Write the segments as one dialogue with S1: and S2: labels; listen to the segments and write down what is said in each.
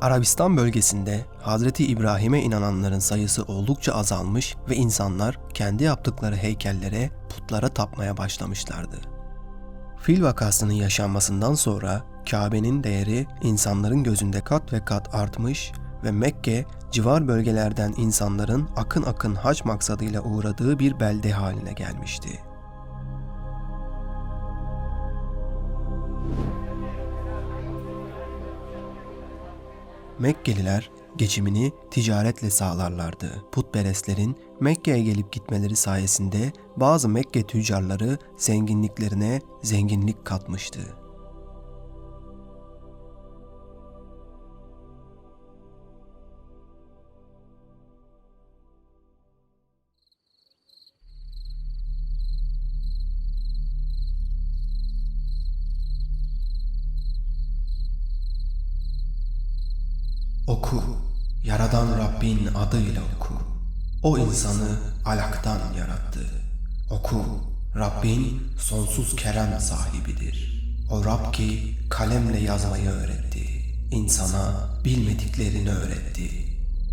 S1: Arabistan bölgesinde Hazreti İbrahim'e inananların sayısı oldukça azalmış ve insanlar kendi yaptıkları heykellere, putlara tapmaya başlamışlardı. Fil vakasının yaşanmasından sonra Kabe'nin değeri insanların gözünde kat ve kat artmış ve Mekke, civar bölgelerden insanların akın akın hac maksadıyla uğradığı bir belde haline gelmişti. Mekkeliler geçimini ticaretle sağlarlardı. Putperestlerin Mekke'ye gelip gitmeleri sayesinde bazı Mekke tüccarları zenginliklerine zenginlik katmıştı. Oku, Yaradan Rabbin adıyla oku. O insanı alaktan yarattı. Oku, Rabbin sonsuz kerem sahibidir. O Rab ki kalemle yazmayı öğretti. İnsana bilmediklerini öğretti.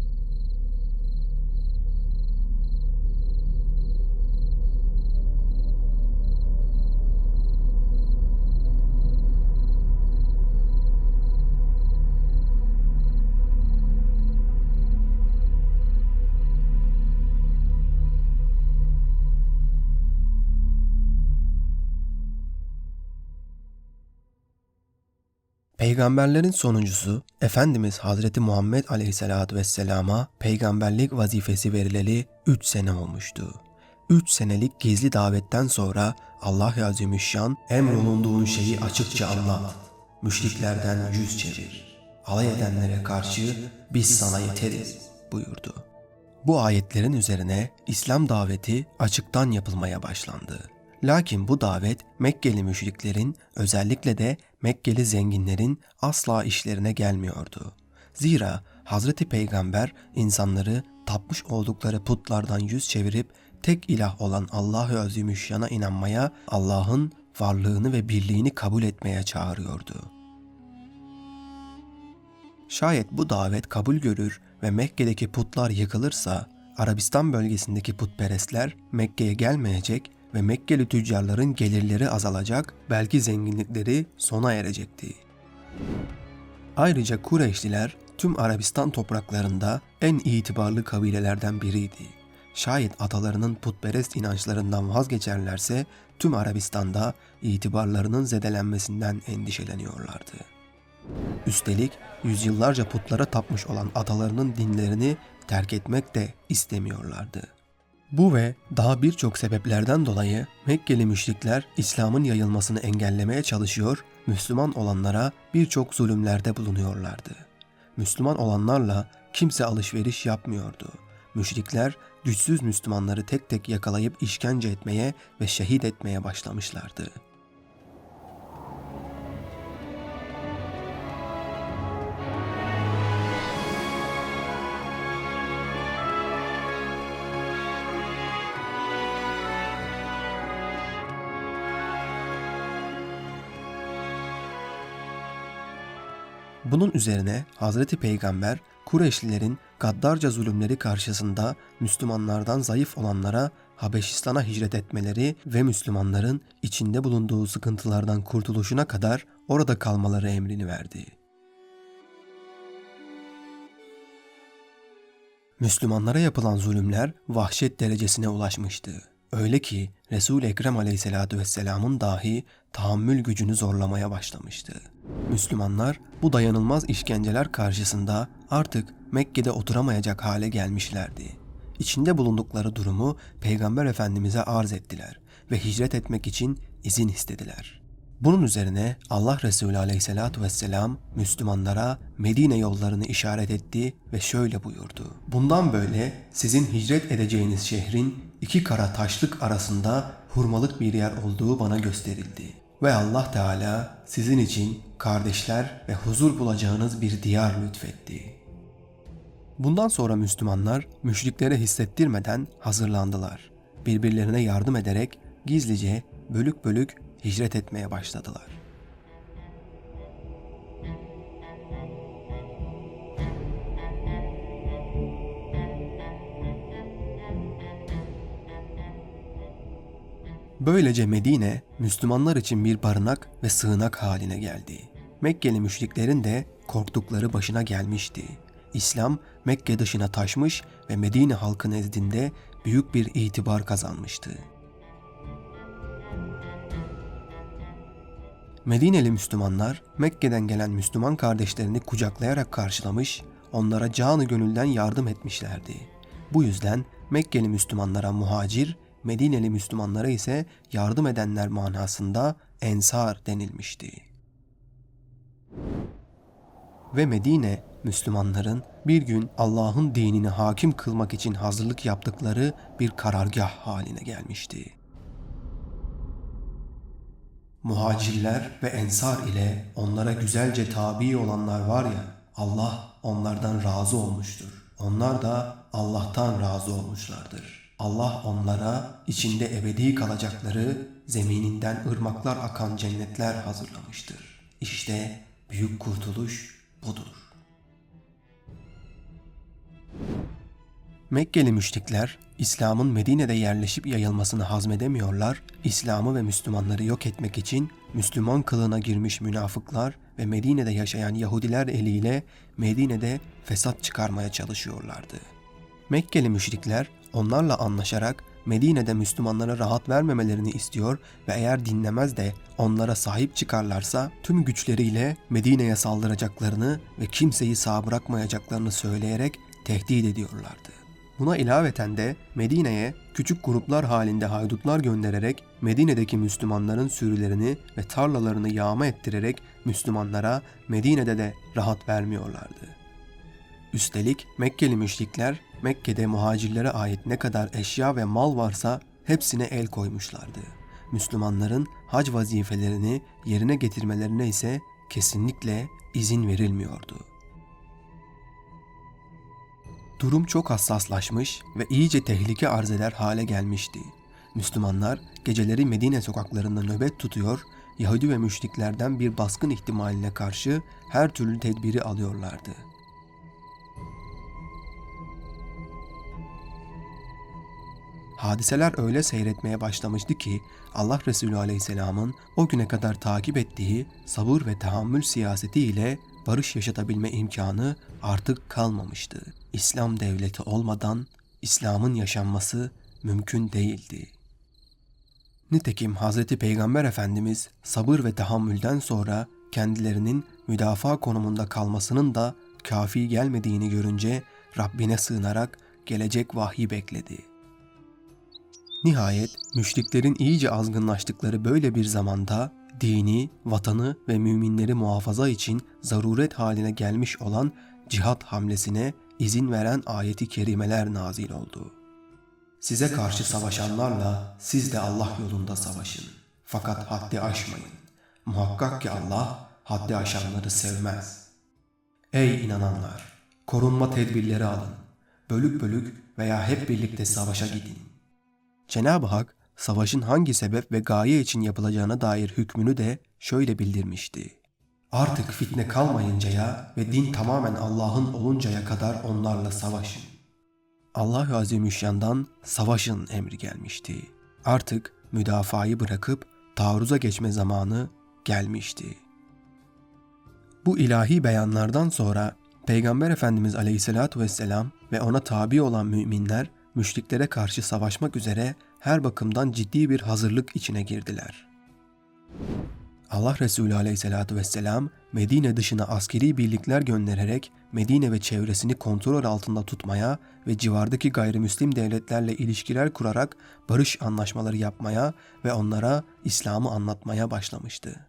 S1: Peygamberlerin sonuncusu Efendimiz Hazreti Muhammed Aleyhisselatü Vesselam'a peygamberlik vazifesi verileli 3 sene olmuştu. 3 senelik gizli davetten sonra Allah-u Azimüşşan emrolunduğun şeyi açıkça anlat, müşriklerden yüz çevir, alay edenlere karşı biz sana yeteriz buyurdu. Bu ayetlerin üzerine İslam daveti açıktan yapılmaya başlandı. Lakin bu davet Mekkeli müşriklerin, özellikle de Mekkeli zenginlerin asla işlerine gelmiyordu. Zira Hazreti Peygamber insanları tapmış oldukları putlardan yüz çevirip tek ilah olan Allah-u Azimüşşan'a inanmaya, Allah'ın varlığını ve birliğini kabul etmeye çağırıyordu. Şayet bu davet kabul görür ve Mekke'deki putlar yıkılırsa, Arabistan bölgesindeki putperestler Mekke'ye gelmeyecek ve Mekkeli tüccarların gelirleri azalacak, belki zenginlikleri sona erecekti. Ayrıca Kureyşliler tüm Arabistan topraklarında en itibarlı kabilelerden biriydi. Şayet atalarının putperest inançlarından vazgeçerlerse tüm Arabistan'da itibarlarının zedelenmesinden endişeleniyorlardı. Üstelik yüzyıllarca putlara tapmış olan atalarının dinlerini terk etmek de istemiyorlardı. Bu ve daha birçok sebeplerden dolayı Mekkeli müşrikler İslam'ın yayılmasını engellemeye çalışıyor, Müslüman olanlara birçok zulümlerde bulunuyorlardı. Müslüman olanlarla kimse alışveriş yapmıyordu. Müşrikler güçsüz Müslümanları tek tek yakalayıp işkence etmeye ve şehit etmeye başlamışlardı. Bunun üzerine Hazreti Peygamber, Kureyşlilerin gaddarca zulümleri karşısında Müslümanlardan zayıf olanlara Habeşistan'a hicret etmeleri ve Müslümanların içinde bulunduğu sıkıntılardan kurtuluşuna kadar orada kalmaları emrini verdi. Müslümanlara yapılan zulümler vahşet derecesine ulaşmıştı. Öyle ki Resul-i Ekrem Aleyhisselatü Vesselam'ın dahi tahammül gücünü zorlamaya başlamıştı. Müslümanlar bu dayanılmaz işkenceler karşısında artık Mekke'de oturamayacak hale gelmişlerdi. İçinde bulundukları durumu Peygamber Efendimiz'e arz ettiler ve hicret etmek için izin istediler. Bunun üzerine Allah Resulü Aleyhisselatü Vesselam Müslümanlara Medine yollarını işaret etti ve şöyle buyurdu: "Bundan böyle sizin hicret edeceğiniz şehrin 2 kara taşlık arasında hurmalık bir yer olduğu bana gösterildi. Ve Allah Teala sizin için kardeşler ve huzur bulacağınız bir diyar lütfetti." Bundan sonra Müslümanlar müşriklere hissettirmeden hazırlandılar. Birbirlerine yardım ederek gizlice bölük bölük hicret etmeye başladılar. Böylece Medine, Müslümanlar için bir barınak ve sığınak haline geldi. Mekkeli müşriklerin de korktukları başına gelmişti. İslam, Mekke dışına taşmış ve Medine halkı nezdinde büyük bir itibar kazanmıştı. Medineli Müslümanlar, Mekke'den gelen Müslüman kardeşlerini kucaklayarak karşılamış, onlara canı gönülden yardım etmişlerdi. Bu yüzden Mekkeli Müslümanlara muhacir, Medineli Müslümanlara ise yardım edenler manasında ensar denilmişti. Ve Medine, Müslümanların bir gün Allah'ın dinini hakim kılmak için hazırlık yaptıkları bir karargah haline gelmişti. Muhacirler ve ensar ile onlara güzelce tabi olanlar var ya, Allah onlardan razı olmuştur. Onlar da Allah'tan razı olmuşlardır. Allah onlara içinde ebedi kalacakları, zemininden ırmaklar akan cennetler hazırlamıştır. İşte büyük kurtuluş budur. Mekkeli müşrikler, İslam'ın Medine'de yerleşip yayılmasını hazmedemiyorlar, İslam'ı ve Müslümanları yok etmek için Müslüman kılığına girmiş münafıklar ve Medine'de yaşayan Yahudiler eliyle Medine'de fesat çıkarmaya çalışıyorlardı. Mekkeli müşrikler onlarla anlaşarak Medine'de Müslümanlara rahat vermemelerini istiyor ve eğer dinlemez de onlara sahip çıkarlarsa tüm güçleriyle Medine'ye saldıracaklarını ve kimseyi sağ bırakmayacaklarını söyleyerek tehdit ediyorlardı. Buna ilaveten de Medine'ye küçük gruplar halinde haydutlar göndererek Medine'deki Müslümanların sürülerini ve tarlalarını yağma ettirerek Müslümanlara Medine'de de rahat vermiyorlardı. Üstelik Mekkeli müşrikler Mekke'de muhacirlere ait ne kadar eşya ve mal varsa hepsine el koymuşlardı. Müslümanların hac vazifelerini yerine getirmelerine ise kesinlikle izin verilmiyordu. Durum çok hassaslaşmış ve iyice tehlike arz eder hale gelmişti. Müslümanlar geceleri Medine sokaklarında nöbet tutuyor, Yahudi ve müşriklerden bir baskın ihtimaline karşı her türlü tedbiri alıyorlardı. Hadiseler öyle seyretmeye başlamıştı ki Allah Resulü Aleyhisselam'ın o güne kadar takip ettiği sabır ve tahammül siyasetiyle barış yaşatabilme imkanı artık kalmamıştı. İslam devleti olmadan İslam'ın yaşanması mümkün değildi. Nitekim Hz. Peygamber Efendimiz sabır ve tahammülden sonra kendilerinin müdafaa konumunda kalmasının da kafi gelmediğini görünce Rabbine sığınarak gelecek vahyi bekledi. Nihayet müşriklerin iyice azgınlaştıkları böyle bir zamanda dini, vatanı ve müminleri muhafaza için zaruret haline gelmiş olan cihat hamlesine izin veren ayeti kerimeler nazil oldu. Size karşı savaşanlarla siz de Allah yolunda savaşın. Fakat haddi aşmayın. Muhakkak ki Allah haddi aşanları sevmez. Ey inananlar! Korunma tedbirleri alın. Bölük bölük veya hep birlikte savaşa gidin. Cenab-ı Hak, savaşın hangi sebep ve gaye için yapılacağına dair hükmünü de şöyle bildirmişti. Artık fitne kalmayıncaya ve din tamamen Allah'ın oluncaya kadar onlarla savaşın. Allah-u Azimüşşan'dan savaşın emri gelmişti. Artık müdafayı bırakıp taarruza geçme zamanı gelmişti. Bu ilahi beyanlardan sonra Peygamber Efendimiz Aleyhisselatü Vesselam ve ona tabi olan müminler müşriklere karşı savaşmak üzere her bakımdan ciddi bir hazırlık içine girdiler. Allah Resulü Aleyhisselatü Vesselam Medine dışına askeri birlikler göndererek Medine ve çevresini kontrol altında tutmaya ve civardaki gayrimüslim devletlerle ilişkiler kurarak barış anlaşmaları yapmaya ve onlara İslam'ı anlatmaya başlamıştı.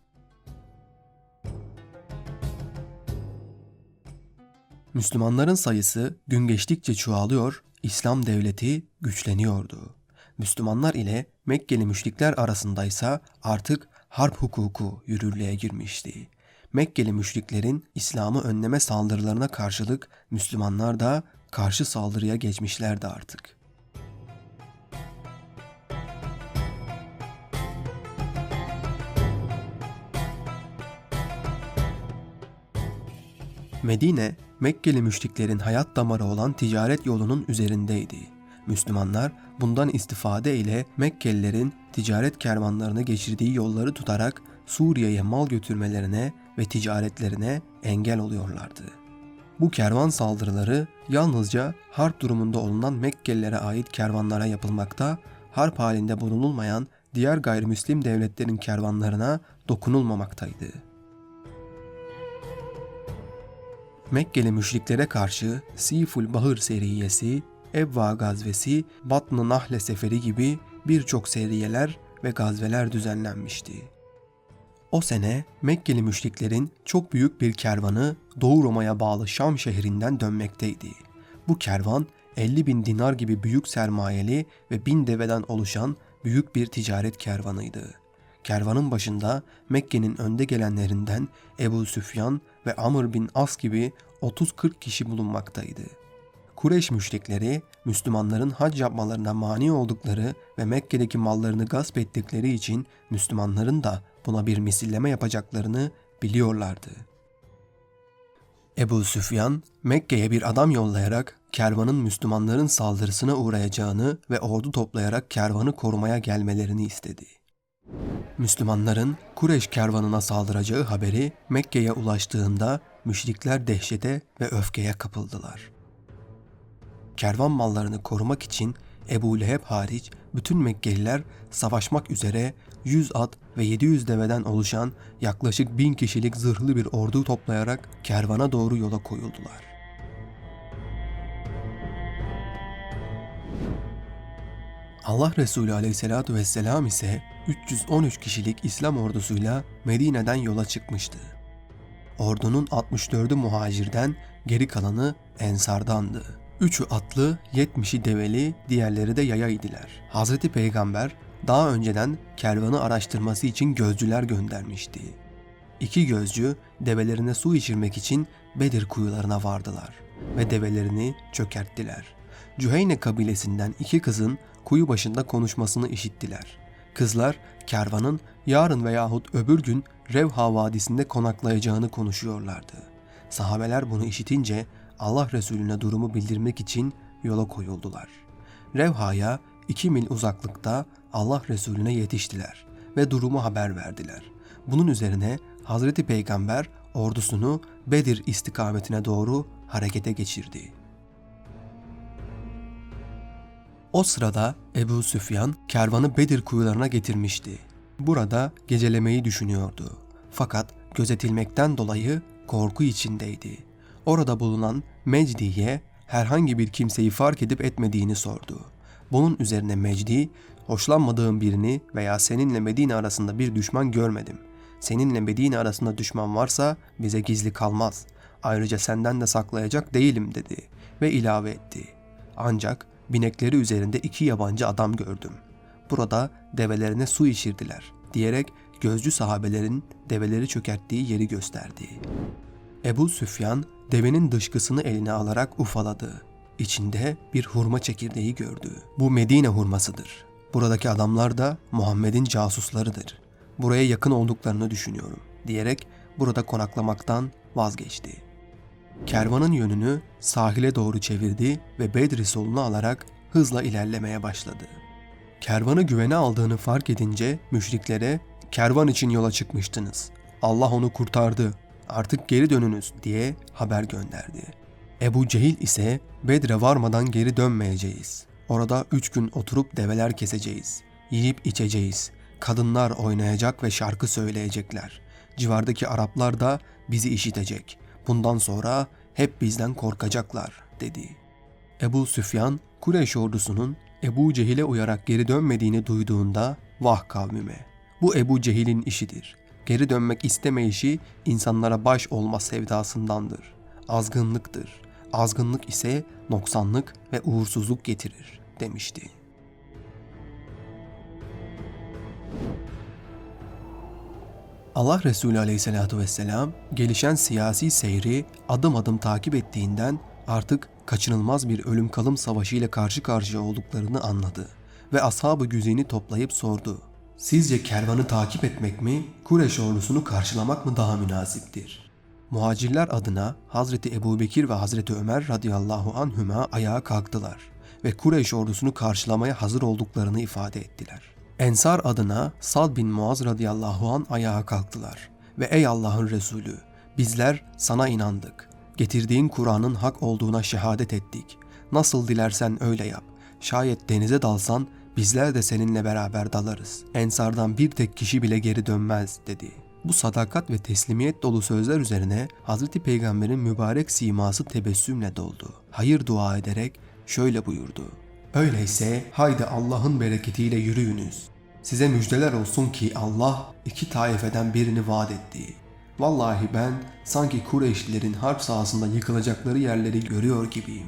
S1: Müslümanların sayısı gün geçtikçe çoğalıyor, İslam devleti güçleniyordu. Müslümanlar ile Mekkeli müşrikler arasındaysa artık harp hukuku yürürlüğe girmişti. Mekkeli müşriklerin İslam'ı önleme saldırılarına karşılık Müslümanlar da karşı saldırıya geçmişlerdi artık. Medine, Mekkeli müşriklerin hayat damarı olan ticaret yolunun üzerindeydi. Müslümanlar bundan istifade ile Mekkelilerin ticaret kervanlarını geçirdiği yolları tutarak Suriye'ye mal götürmelerine ve ticaretlerine engel oluyorlardı. Bu kervan saldırıları yalnızca harp durumunda olunan Mekkelilere ait kervanlara yapılmakta, harp halinde bulunulmayan diğer gayrimüslim devletlerin kervanlarına dokunulmamaktaydı. Mekkeli müşriklere karşı Siful Bahır seriyesi, Ebva gazvesi, Batn-ı Nahle seferi gibi birçok seriyeler ve gazveler düzenlenmişti. O sene Mekkeli müşriklerin çok büyük bir kervanı Doğu Roma'ya bağlı Şam şehrinden dönmekteydi. Bu kervan 50.000 dinar gibi büyük sermayeli ve 1000 deveden oluşan büyük bir ticaret kervanıydı. Kervanın başında Mekke'nin önde gelenlerinden Ebu Süfyan ve Amr bin As gibi 30-40 kişi bulunmaktaydı. Kureyş müşrikleri Müslümanların hac yapmalarına mani oldukları ve Mekke'deki mallarını gasp ettikleri için Müslümanların da buna bir misilleme yapacaklarını biliyorlardı. Ebu Süfyan, Mekke'ye bir adam yollayarak kervanın Müslümanların saldırısına uğrayacağını ve ordu toplayarak kervanı korumaya gelmelerini istedi. Müslümanların Kureyş kervanına saldıracağı haberi Mekke'ye ulaştığında müşrikler dehşete ve öfkeye kapıldılar. Kervan mallarını korumak için Ebu Leheb hariç bütün Mekkeliler savaşmak üzere 100 at ve 700 deveden oluşan yaklaşık 1000 kişilik zırhlı bir ordu toplayarak kervana doğru yola koyuldular. Allah Resulü Aleyhisselatü Vesselam ise 313 kişilik İslam ordusuyla Medine'den yola çıkmıştı. Ordunun 64'ü muhacirden, geri kalanı ensardandı. 3'ü atlı, 70'i develi, diğerleri de yaya idiler. Hazreti Peygamber daha önceden kervanı araştırması için gözcüler göndermişti. 2 gözcü develerine su içirmek için Bedir kuyularına vardılar ve develerini çökerttiler. Cüheyne kabilesinden 2 kızın kuyu başında konuşmasını işittiler. Kızlar kervanın yarın veyahut öbür gün Revha Vadisi'nde konaklayacağını konuşuyorlardı. Sahabeler bunu işitince Allah Resulüne durumu bildirmek için yola koyuldular. Revha'ya 2 mil uzaklıkta Allah Resulüne yetiştiler ve durumu haber verdiler. Bunun üzerine Hazreti Peygamber ordusunu Bedir istikametine doğru harekete geçirdi. O sırada Ebu Süfyan kervanı Bedir kuyularına getirmişti. Burada gecelemeyi düşünüyordu. Fakat gözetilmekten dolayı korku içindeydi. Orada bulunan Mecdi'ye herhangi bir kimseyi fark edip etmediğini sordu. Bunun üzerine Mecdi, hoşlanmadığım birini veya seninle Medine arasında bir düşman görmedim. Seninle Medine arasında düşman varsa bize gizli kalmaz. Ayrıca senden de saklayacak değilim dedi ve ilave etti. Ancak binekleri üzerinde 2 yabancı adam gördüm. Burada develerine su içirdiler diyerek gözcü sahabelerin develeri çökerttiği yeri gösterdi. Ebu Süfyan devenin dışkısını eline alarak ufaladı. İçinde bir hurma çekirdeği gördü. Bu Medine hurmasıdır. Buradaki adamlar da Muhammed'in casuslarıdır. Buraya yakın olduklarını düşünüyorum diyerek burada konaklamaktan vazgeçti. Kervanın yönünü sahile doğru çevirdi ve Bedri soluna alarak hızla ilerlemeye başladı. Kervanı güvene aldığını fark edince müşriklere "Kervan için yola çıkmıştınız. Allah onu kurtardı. Artık geri dönünüz" diye haber gönderdi. Ebu Cehil ise Bedre varmadan geri dönmeyeceğiz. Orada 3 gün oturup develer keseceğiz. Yiyip içeceğiz. Kadınlar oynayacak ve şarkı söyleyecekler. Civardaki Araplar da bizi işitecek. Bundan sonra hep bizden korkacaklar dedi. Ebu Süfyan, Kureyş ordusunun Ebu Cehil'e uyarak geri dönmediğini duyduğunda "Vah kavmime! Bu Ebu Cehil'in işidir. Geri dönmek istemeyişi insanlara baş olma sevdasındandır. Azgınlıktır. Azgınlık ise noksanlık ve uğursuzluk getirir" demişti. Allah Resulü Aleyhisselatü Vesselam gelişen siyasi seyri adım adım takip ettiğinden artık kaçınılmaz bir ölüm kalım savaşı ile karşı karşıya olduklarını anladı ve ashab-ı güzeni toplayıp sordu. "Sizce kervanı takip etmek mi, Kureyş ordusunu karşılamak mı daha münasiptir?" Muhacirler adına Hazreti Ebubekir ve Hazreti Ömer radıyallahu anhüma ayağa kalktılar ve Kureyş ordusunu karşılamaya hazır olduklarını ifade ettiler. Ensar adına Sad bin Muaz radıyallahu an ayağa kalktılar ve ey Allah'ın Resulü, bizler sana inandık. Getirdiğin Kur'an'ın hak olduğuna şehadet ettik. Nasıl dilersen öyle yap. Şayet denize dalsan bizler de seninle beraber dalarız. Ensardan bir tek kişi bile geri dönmez dedi. Bu sadakat ve teslimiyet dolu sözler üzerine Hazreti Peygamber'in mübarek siması tebessümle doldu. Hayır dua ederek şöyle buyurdu. Öyleyse haydi Allah'ın bereketiyle yürüyünüz. Size müjdeler olsun ki Allah iki taifeden birini vaat etti. Vallahi ben sanki Kureyşlilerin harp sahasında yıkılacakları yerleri görüyor gibiyim.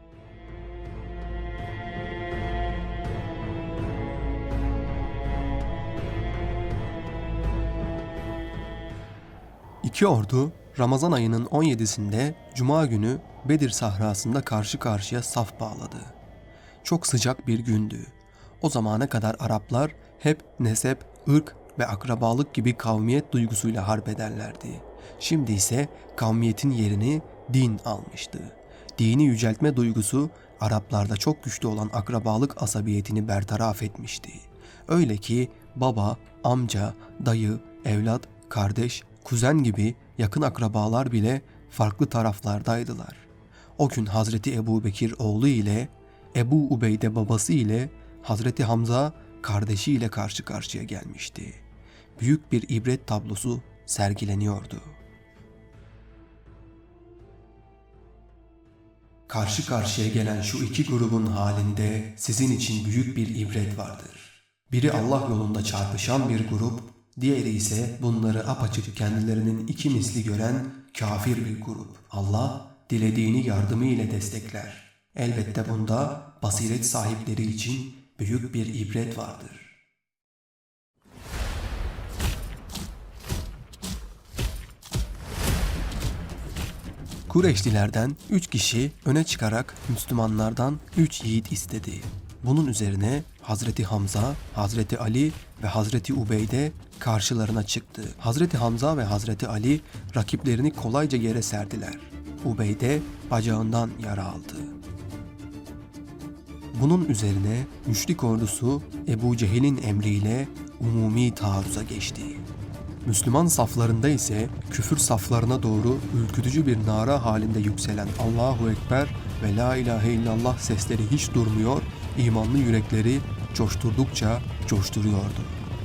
S1: İki ordu Ramazan ayının 17'sinde Cuma günü Bedir sahrasında karşı karşıya saf bağladı. Çok sıcak bir gündü. O zamana kadar Araplar hep nesep, ırk ve akrabalık gibi kavmiyet duygusuyla harp ederlerdi. Şimdi ise kavmiyetin yerini din almıştı. Dini yüceltme duygusu Araplarda çok güçlü olan akrabalık asabiyetini bertaraf etmişti. Öyle ki baba, amca, dayı, evlat, kardeş, kuzen gibi yakın akrabalar bile farklı taraflardaydılar. O gün Hazreti Ebu Bekir oğlu ile, Ebu Ubeyde babası ile, Hazreti Hamza kardeşiyle karşı karşıya gelmişti. Büyük bir ibret tablosu sergileniyordu. Karşı karşıya gelen şu iki grubun halinde sizin için büyük bir ibret vardır. Biri Allah yolunda çarpışan bir grup, diğeri ise bunları apaçık kendilerinin iki misli gören kafir bir grup. Allah dilediğini yardımı ile destekler. Elbette bunda basiret sahipleri için büyük bir ibret vardır. Kureyşlilerden 3 kişi öne çıkarak Müslümanlardan 3 yiğit istedi. Bunun üzerine Hazreti Hamza, Hazreti Ali ve Hazreti Ubeyde karşılarına çıktı. Hazreti Hamza ve Hazreti Ali rakiplerini kolayca yere serdiler. Ubeyde bacağından yara aldı. Bunun üzerine müşrik ordusu Ebu Cehil'in emriyle umumi taarruza geçti. Müslüman saflarında ise küfür saflarına doğru ürkütücü bir nara halinde yükselen Allahu Ekber ve La ilahe illallah sesleri hiç durmuyor, imanlı yürekleri coşturdukça coşturuyordu.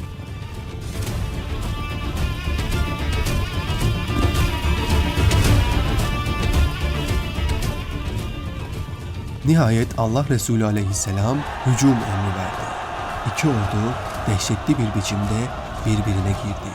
S1: Nihayet Allah Resulü aleyhisselam hücum emri verdi. İki ordu dehşetli bir biçimde birbirine girdi.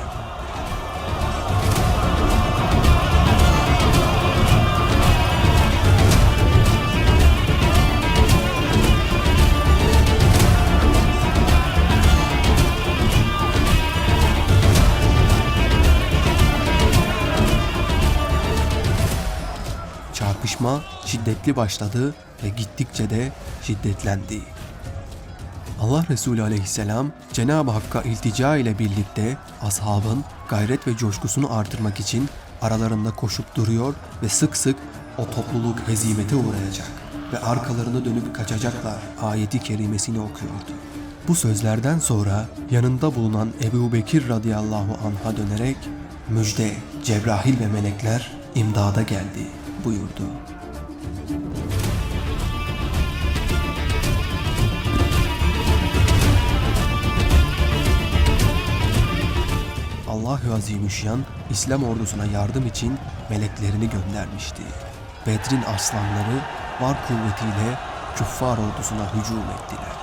S1: Çarpışma şiddetli başladı ve gittikçe de şiddetlendi. Allah Resulü aleyhisselam Cenab-ı Hakk'a iltica ile birlikte ashabın gayret ve coşkusunu artırmak için aralarında koşup duruyor ve sık sık o topluluk hezimete uğrayacak ve arkalarını dönüp kaçacaklar ayeti kerimesini okuyordu. Bu sözlerden sonra yanında bulunan Ebu Bekir radıyallahu anh'a dönerek müjde, Cebrail ve melekler imdada geldi buyurdu. Allah-u Azimüşşan İslam ordusuna yardım için meleklerini göndermişti. Bedr'in aslanları var kuvvetiyle küffar ordusuna hücum ettiler.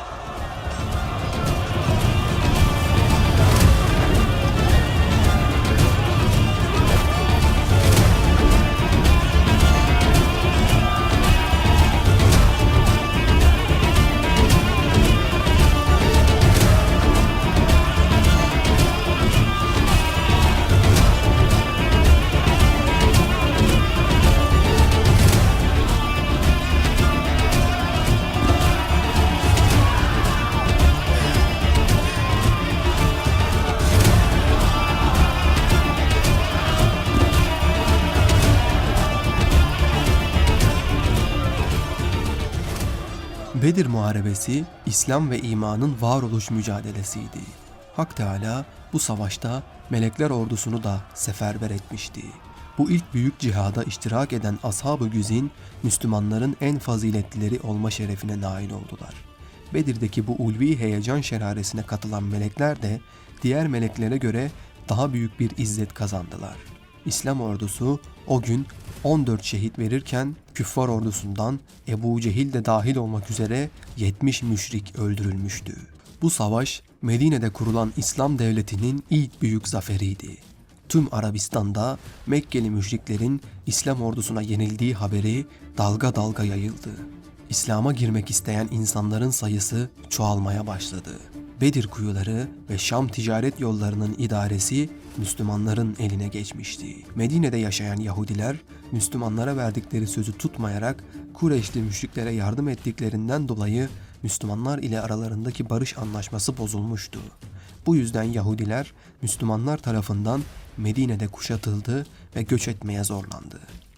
S1: Bedir Muharebesi, İslam ve imanın varoluş mücadelesiydi. Hak Teâlâ bu savaşta melekler ordusunu da seferber etmişti. Bu ilk büyük cihada iştirak eden Ashab-ı Güzin, Müslümanların en faziletlileri olma şerefine nail oldular. Bedir'deki bu ulvi heyecan şeraresine katılan melekler de diğer meleklere göre daha büyük bir izzet kazandılar. İslam ordusu o gün 14 şehit verirken küffar ordusundan Ebu Cehil de dahil olmak üzere 70 müşrik öldürülmüştü. Bu savaş Medine'de kurulan İslam devletinin ilk büyük zaferiydi. Tüm Arabistan'da Mekkeli müşriklerin İslam ordusuna yenildiği haberi dalga dalga yayıldı. İslam'a girmek isteyen insanların sayısı çoğalmaya başladı. Bedir kuyuları ve Şam ticaret yollarının idaresi Müslümanların eline geçmişti. Medine'de yaşayan Yahudiler, Müslümanlara verdikleri sözü tutmayarak Kureyşli müşriklere yardım ettiklerinden dolayı Müslümanlar ile aralarındaki barış anlaşması bozulmuştu. Bu yüzden Yahudiler Müslümanlar tarafından Medine'de kuşatıldı ve göç etmeye zorlandı.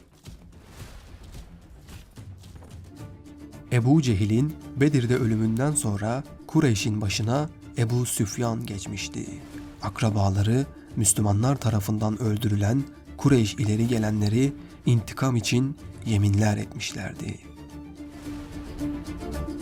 S1: Ebu Cehil'in Bedir'de ölümünden sonra Kureyş'in başına Ebu Süfyan geçmişti. Akrabaları Müslümanlar tarafından öldürülen Kureyş ileri gelenleri intikam için yeminler etmişlerdi.